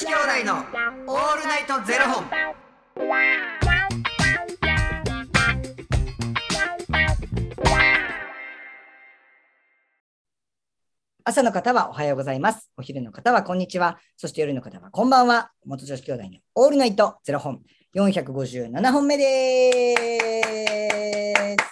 子兄弟のオールナイトゼロ本。朝の方はおはようございます。お昼の方はこんにちは。そして夜の方はこんばんは。元女子兄弟のオールナイトゼロ本457本目です。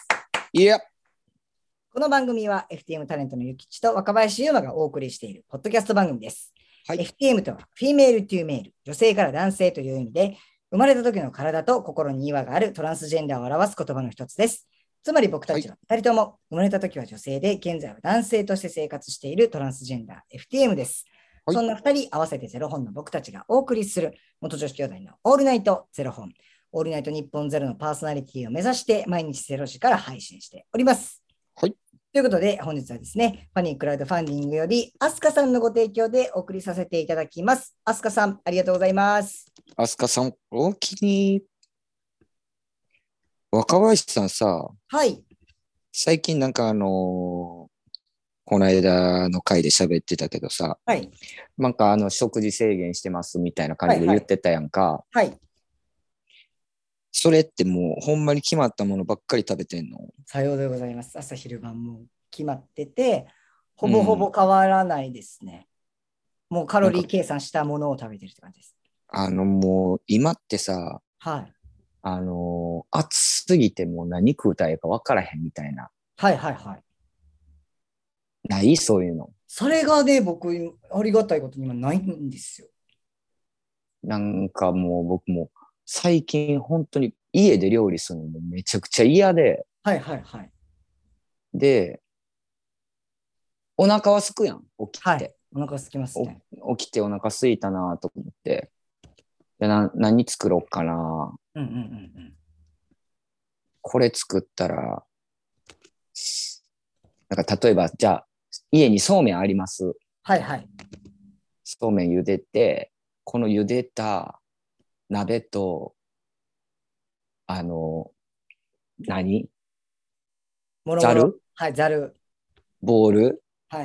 いや、 この番組は FTM タレントのゆきちと若林優馬がお送りしているポッドキャスト番組です。 はい、 FTM とはフィメールトゥーメール、女性から男性という意味で、生まれた時の体と心に違和があるトランスジェンダーを表す言葉の一つです。つまり僕たちは2人とも生まれた時は女性で、現在は男性として生活しているトランスジェンダー FTM です。 はい、 そんな2人合わせてゼロ本の僕たちがお送りする元女子兄弟のオールナイトゼロ本、オールナイト日本ゼロのパーソナリティを目指して毎日ゼロ時から配信しております。 はい。 ということで本日はですね、ファニークラウドファンディングよりアスカさんのご提供でお送りさせていただきます。アスカさん、ありがとうございます。 アスカさん、お気に。若林さんさ、 はい。 最近この間の回で喋ってたけどさ、 はい。 食事制限してますみたいな感はい。 じで言ってたやんか。 はい。 それってもうほんまに決まったものばっかり食べてんの？ さようでございます。朝昼晩も決まってて、ほぼほうん。 ぼ変わらないですね。もうカロなんか、 リー計算したものを食べてるって感じです。 もう今ってさ、 はい。 暑すぎてもう何食うたらいいか分からへんみたいな。 はいはいはい。 ないそういうの。 それがね、僕、ありがたいことに今ないんですよ。 なんかもう僕も最近本当に家で料理するのもめちゃくちゃ嫌で、 はいはいはい。 で、お腹は空くやん、起きはい。 て。 お腹空きますね。 起きてお腹空いたなと思って。で何作ろうかな。 うんうんうんうん。 これ作ったら、例えば、じゃあ、家にそうめんあります。 はいはい。 そうめん茹でて、この茹でた鍋と、あの、何もろもろ。 ざるはい、ざる。 ボール、 はい。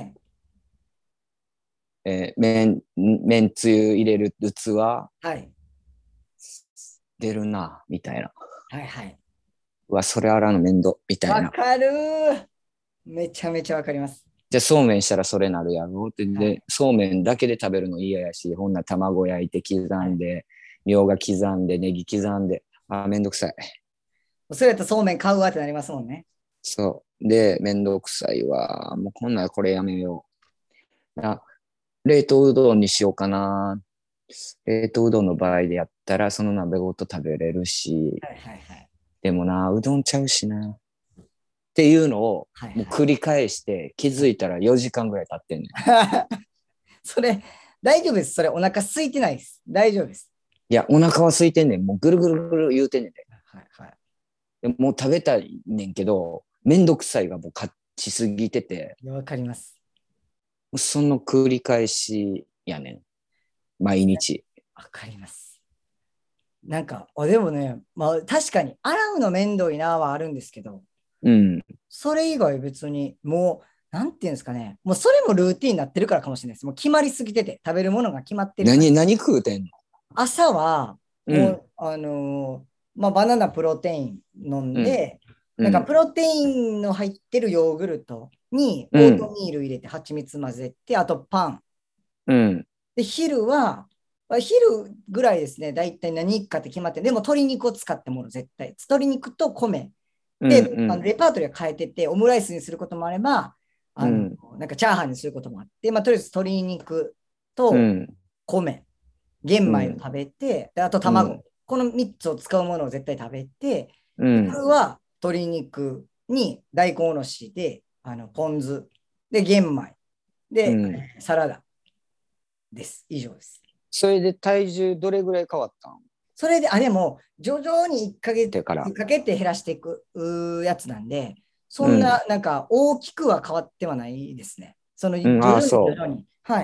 めんつゆ入れる器、 はい。 出るな、みたいな。 はいはい。 うわ、それ洗うのめんど、みたいな。 わかるー。めちゃめちゃわかります。 じゃあそうめんしたらそれなるやろって。で、 はい。 そうめんだけで食べるの嫌やし、ほんなら卵焼いて刻はい。 んで、みょうが刻んで、ネギ刻んで、めんどくさい。 それやったらそうめん買うわってなりますもんね。 そう。で、めんどくさいわ。もうこんならこれやめよう。冷凍うどんにしようかな。冷凍うどんの場合でやったら、その鍋ごと食べれるし、 はいはいはい。 でもな、うどんちゃうしな。っていうのを、 はいはい。 もう繰り返して気づいたら4時間ぐらい経ってんねん。 それ、大丈夫です。それ、お腹空いてないです。大丈夫です。 いや、お腹は空いてんねん。もうぐるぐるぐる言うてんねんで。 はいはい。 でもう食べたいねんけど、めんどくさいがもう勝ちすぎてて、 わかります。 その繰り返しやねん。毎日。 わかります。なんか、でもね、まあ確かに、洗うのめんどいなはあるんですけど、 うん。 それ以外別に、もう、なんていうんですかね、もうそれもルーティンになってるからかもしれないです。もう決まりすぎてて、食べるものが決まってるから。 何食うてんの？ 朝は、 うん。 もう、まあ、バナナプロテイン飲んうん。 で、なんかうん。 プロテインの入ってるヨーグルトにうん。 オートミール入れて蜂蜜混ぜて、あとパン。 うん。 で、昼は、昼ぐらいですね、大体何かって決まって、でも鶏肉を使ってもらう、絶対。鶏肉と米。 うん。 で、 うん。 レパートリーは変えてて、オムライスにすることもあれば、 うん。 なんかチャーハンにすることもあって、まあ、とりあえず鶏肉とうん。 米、玄うん。 米を食べて、であと卵。 うん。 この3つを使うものを絶対食べて、 うん。 夜は鶏肉に大根おろしで、ポン酢、で、玄米、で、 うん。 サラダです。以上です。 それで体重どれぐらい変わったん？ それで、あれも徐々に1ヶ月てから。 かけて減らしていくやつなんで、そうん。 んな、なんか大きくは変わってはないですね。そのうん。ああ、 徐々に徐そ 々に。はい。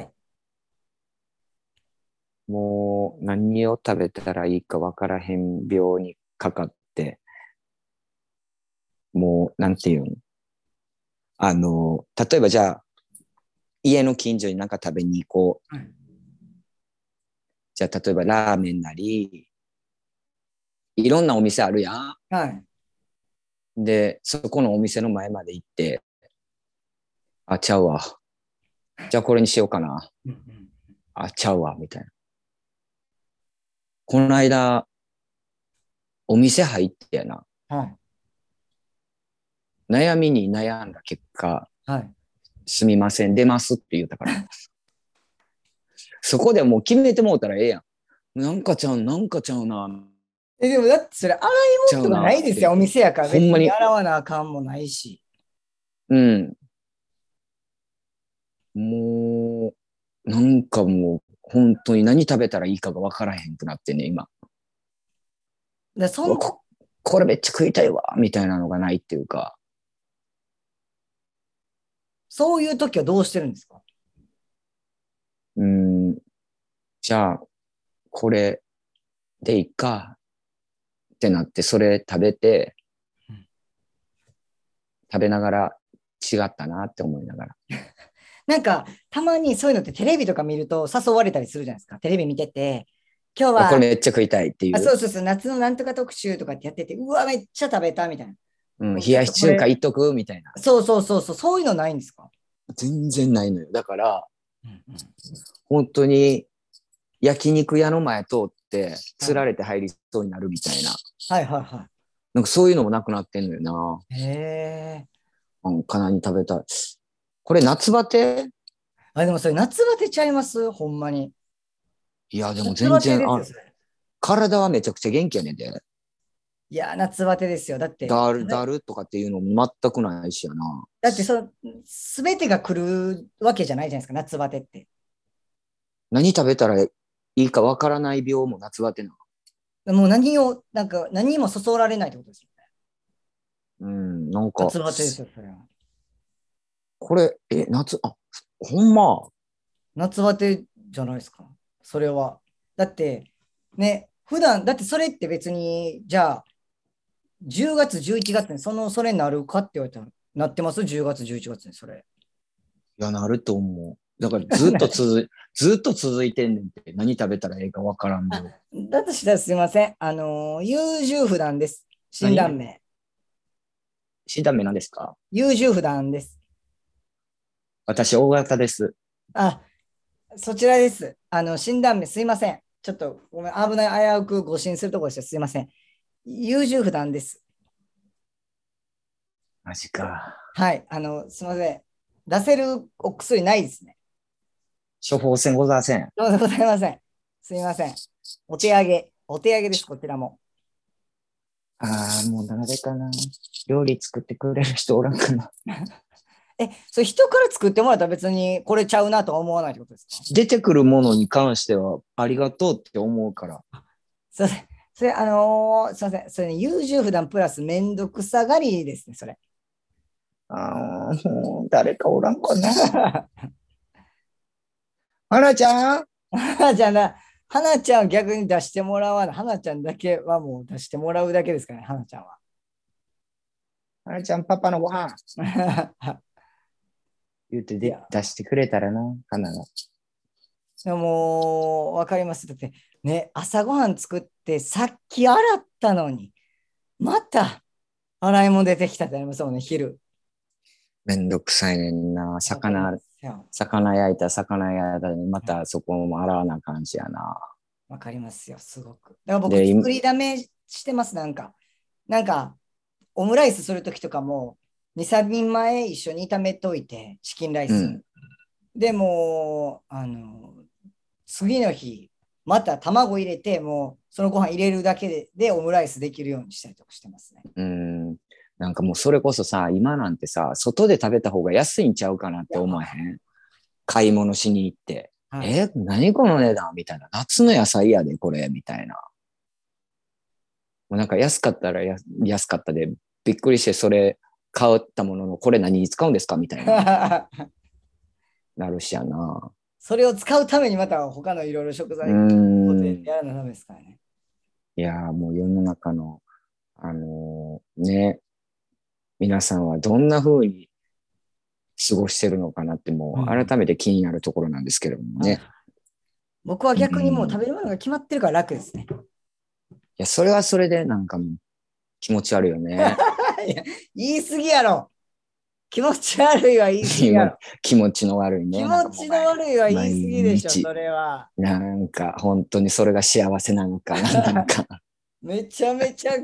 う。もう何を食べたらいいか分からへん病にかかって、もう、なんていうの？例えばじゃあ、家の近所になんか食べに行こう。 はい。 じゃあ例えばラーメンなり、いろんなお店あるやん。 はい。 で、そこのお店の前まで行って、あ、ちゃうわ。じゃあこれにしようかな。 うんうん。 あ、ちゃうわ、みたいな。この間、お店入ってやな。 はい。 悩みに悩んだ結果、 はい。 すみません、出ますって言ったから。そこでもう決めてもうたらええやん。なんかちゃう、なんかちゃうな、 でもだってそれ洗い物とかちゃうなないですよ。おって。 店やから別ほんまに、 に洗わなあかんもないし。 うん。もう、なんかもう、本当に何食べたらいいかがわからへんくなってね、今。 で、そん、 うわこれめっちゃ食いたいわ、みたいなのがないっていうか。 そういう時はどうしてるんですか？ うん、じゃあ、これでいいかってなって、それ食べて、食べながら違ったなって思いながら。 なんか、たまにそういうのってテレビとか見ると誘われたりするじゃないですか。テレビ見てて、今日あ、これは、 めっちゃ食いたいってあ、 いう。 そうそうそう、夏のなんとか特集とかってやってて、うわ、めっちゃ食べたみたいな。 うん、冷ちょっやしとこれ、 中華いっとくみたいな。 そうそうそうそう、そういうのないんですか？ 全然ないのよ。だから、 うんうん。 本当に焼肉屋の前通って、 はい。 釣られて入りそうになるみたいな。 はいはいはなんかそういうのもなくなってんのよな。 い。へえ。 かなに食べたい。これ夏バテ。 あ、でもそれ夏バテちゃいますほんまに。 いや、でも夏バテ全然、 ですよ、それ。 体はめちゃくちゃ元気やねんで。 いや、夏バテですよ。だって、 だるとかっていうのも全くないしやな。 だってすべてが来るわけじゃないじゃないですか、夏バテって。 何食べたらいいかわからない病も夏バテな。 もう何を、なんか何にもそそられないってことですよね。 うん、なんか、 夏バテですよ、それは。 これ、ほんま。 夏バテじゃないですか、それは。だって、ね、普段、だってそれって別に、じゃあ、10月、11月にそれになるかって言われたら、なってます？ 10 月、11月にそれ。 いや、なると思う。だからずっと続いてんねんって。何食べたらええかわからんあ、 病。 だとしたらすいません。優柔不断です。診断何名。 診断名なんですか？ 優柔不断です。 私、大型です。 あ、そちらです。診断名すいません。ちょっとごめん、危ない、危うく誤診するところでした。すいません。優柔不断です。 マジか。 はい。すいません。出せるお薬ないですね。 処方箋ございません。 どうぞございません。すいません。お手上げ。お手上げです、こちらも。 ああ、もう誰かな。料理作ってくれる人おらんかな。 それ人から作ってもらったら別にこれちゃうなとは思わないってことですか？ 出てくるものに関してはありがとうって思うから。 すいません。それ、すいません。それね、優柔不断プラスめんどくさがりですね、それ。 ああ、もう誰かおらんかな。花ちゃん花ちゃんだ、花ちゃんを逆に出してもらわない。花ちゃんだけはもう出してもらうだけですからね、花ちゃんは。 花ちゃん、パパのご飯言っていや、 出してくれたらな、花が。 でも、わかります。だって、ね、朝ごはん作って、さっき洗ったのに、また洗い物出てきたってなりますもんね、昼。 めんどくさいねんな。 わかりますよ。 魚焼いたにまたそこも洗わな感じやな。 わかりますよ、すごく。だから僕、 で、 作りだめしてます、なんか。なんか、オムライスするときとかも、2、3人前一緒に炒めといて、チキンライス。 うん。 でも次の日、また卵入れて、もうそのご飯入れるだけでオムライスできるようにしたりとかしてますね。 うん。なんかもうそれこそさ、今なんてさ、外で食べた方が安いんちゃうかなっていや、 思えへん？買い物しに行って。 はい。 何この値段みたいな。夏の野菜やで、これ、みたいな。もうなんか安かったら安かったで、びっくりしてそれ買ったものの、これ何に使うんですかみたいな。なるしやな。 それを使うためにまた他のいろいろ食うー材ん。 やらなダメですからね。 いやーもう世の中の、ね、皆さんはどんな風に過ごしてるのかなってもううん。 改めて気になるところなんですけれどもはい。 ね。 僕は逆にもう食べるものが決まってるから楽ですね。 いや、それはそれでなんかもう気持ち悪いよね。 いや言い過ぎやろ。気持ち悪いは言い過ぎやろ。 気持ちの悪いね。 気持ちの悪いは言い過ぎでしょ、 毎日それは。 なんか本当にそれが幸せなのかな。なんかめちゃめちゃ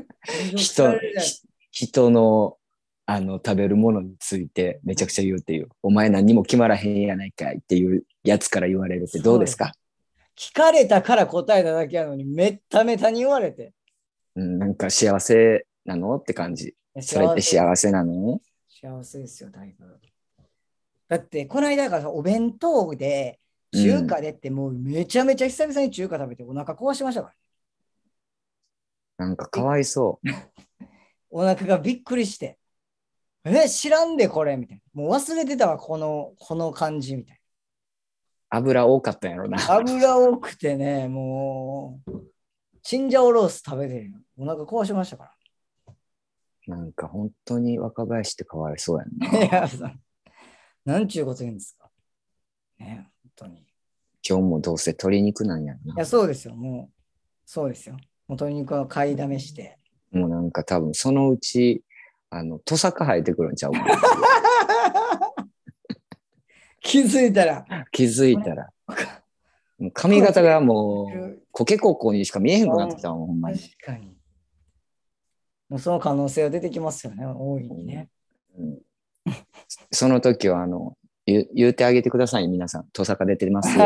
人の食べるものについてめちゃくちゃ言うっていう。お前何にも決まらへんやないかいっていうやつから言われるってどうですか？ 聞かれたから答えただけやのにめっためたに言われて。 なんか幸せなのって感じ。それって幸せなの？ 幸せですよ、だいぶ。だって、この間からお弁当で中華でってもうめちゃめちゃ久々に中華食べてお腹壊しましたから。 なんかかわいそう。 お腹がびっくりして。知らんでこれみたいな。もう忘れてたわ、この感じみたいな。油多かったんやろな。 油多くてね、もう、チンジャオロース食べてお腹壊しましたから。 なんか本当に若林ってかわいそうやんな。 いや、なんちゅうこと言うんですか。ね、本当に。 今日もどうせ鶏肉なんやな。 いや、そうですよ、もう、そうですよ。もう鶏肉は買いだめして。 もうなんか多分そのうち、トサカ生えてくるんちゃうかな。 気づいたら。 気づいたら。もう髪型がもう、コケコッコにしか見えへんくなってきたもん、ほんまに。 確かに。もうその可能性は出てきますよね、大いにね。 その時は、言ってあげてください、皆さん。トサカ出てますよ。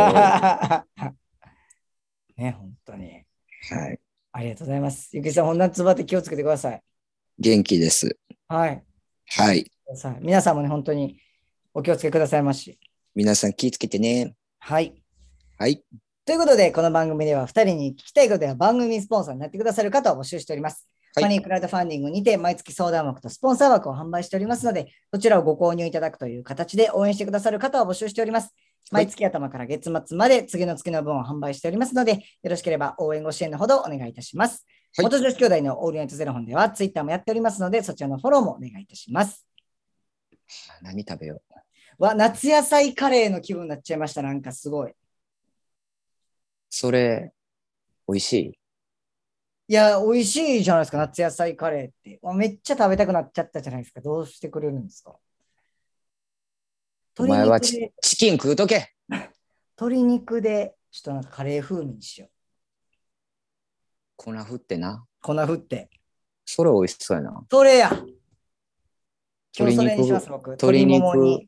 ね、本当に。 はい。 ありがとうございます。ゆきさん、本夏バテ気をつけてください。 元気です。 はい。 はい。 皆さんもね、本当にお気をつけくださいまし。 皆さん気をつけてね。 はい。 はい。 ということで、この番組では2人に聞きたいことや番組スポンサーになってくださる方を募集しております。 はい、 マニークラウドファンディングにて毎月相談枠とスポンサー枠を販売しておりますので、そちらをご購入いただくという形で応援してくださる方を募集しております。毎月頭から月末まで次の月の分を販売しておりますので、よろしければ応援ご支援のほどお願いいたします。はい、元女子兄弟のオールナイトゼロ本ではツイッターもやっておりますので、そちらのフォローもお願いいたします。 何食べよう。夏野菜カレーの気分になっちゃいました。なんかすごい。 それ、美味しい？ いや、美味しいじゃないですか、夏野菜カレーって。めっちゃ食べたくなっちゃったじゃないですか。どうしてくれるんですか？ お前はチキン食うとけ。 鶏肉で、ちょっとなんかカレー風味にしよう。 粉振ってな。 粉振って。 それ美味しそうやな。 それや。今日それにします、僕。鶏ももに。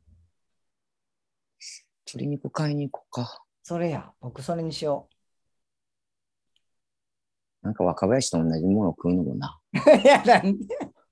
鶏肉買いに行こうか。 それや。僕それにしよう。 なんか若林と同じものを食うのもな。 いや、なんで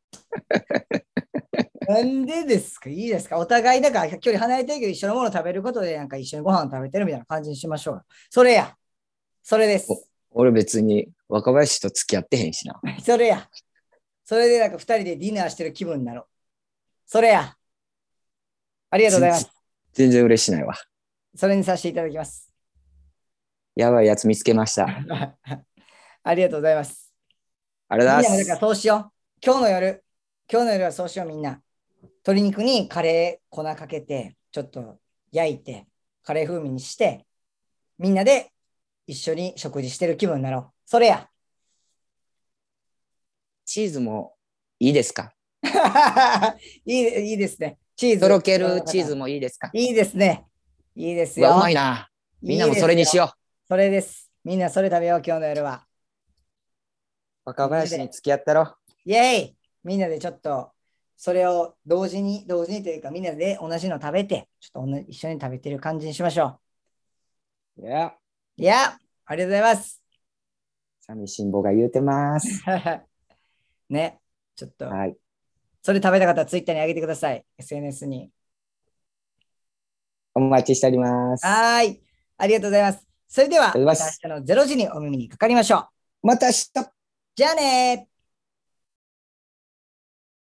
なんでですか？いいですか？お互いだから距離離れてるけど一緒のものを食べることでなんか一緒にご飯食べてるみたいな感じにしましょう。それや。それです。 俺別に若林と付き合ってへんしな。 それや。それでなんか2人でディナーしてる気分になろう。それや。ありがとうございます。 全然嬉しないわ。 それにさせていただきます。 やばいやつ見つけました。 ありがとうございます。 ありがとうございます。 みんなもだからそうしよう。今日の夜はそうしようみんな。鶏肉にカレー粉かけて、ちょっと焼いて、カレー風味にして、みんなで一緒に食事してる気分になろう。それや。 チーズもいいですか？ いいですね。チーズ。 とろけるチーズもいいですか？ いいですね。いいですよ。 うまいな。みんなもそれにしよう。 それです。みんなそれ食べよう、今日の夜は。 若林に付き合ったろ。 イェイ！みんなでちょっと、それを同時にというか、みんなで同じの食べて、ちょっと一緒に食べてる感じにしましょう。いや、 ありがとうございます。 寂しんぼが言うてます。 ね、ちょっと、 はい、 それ食べた方はツイッターに上げてください。SNS に。 お待ちしております。 はい。ありがとうございます。それでは、また明日の0時にお耳にかかりましょう。 また明日。 じゃあねー。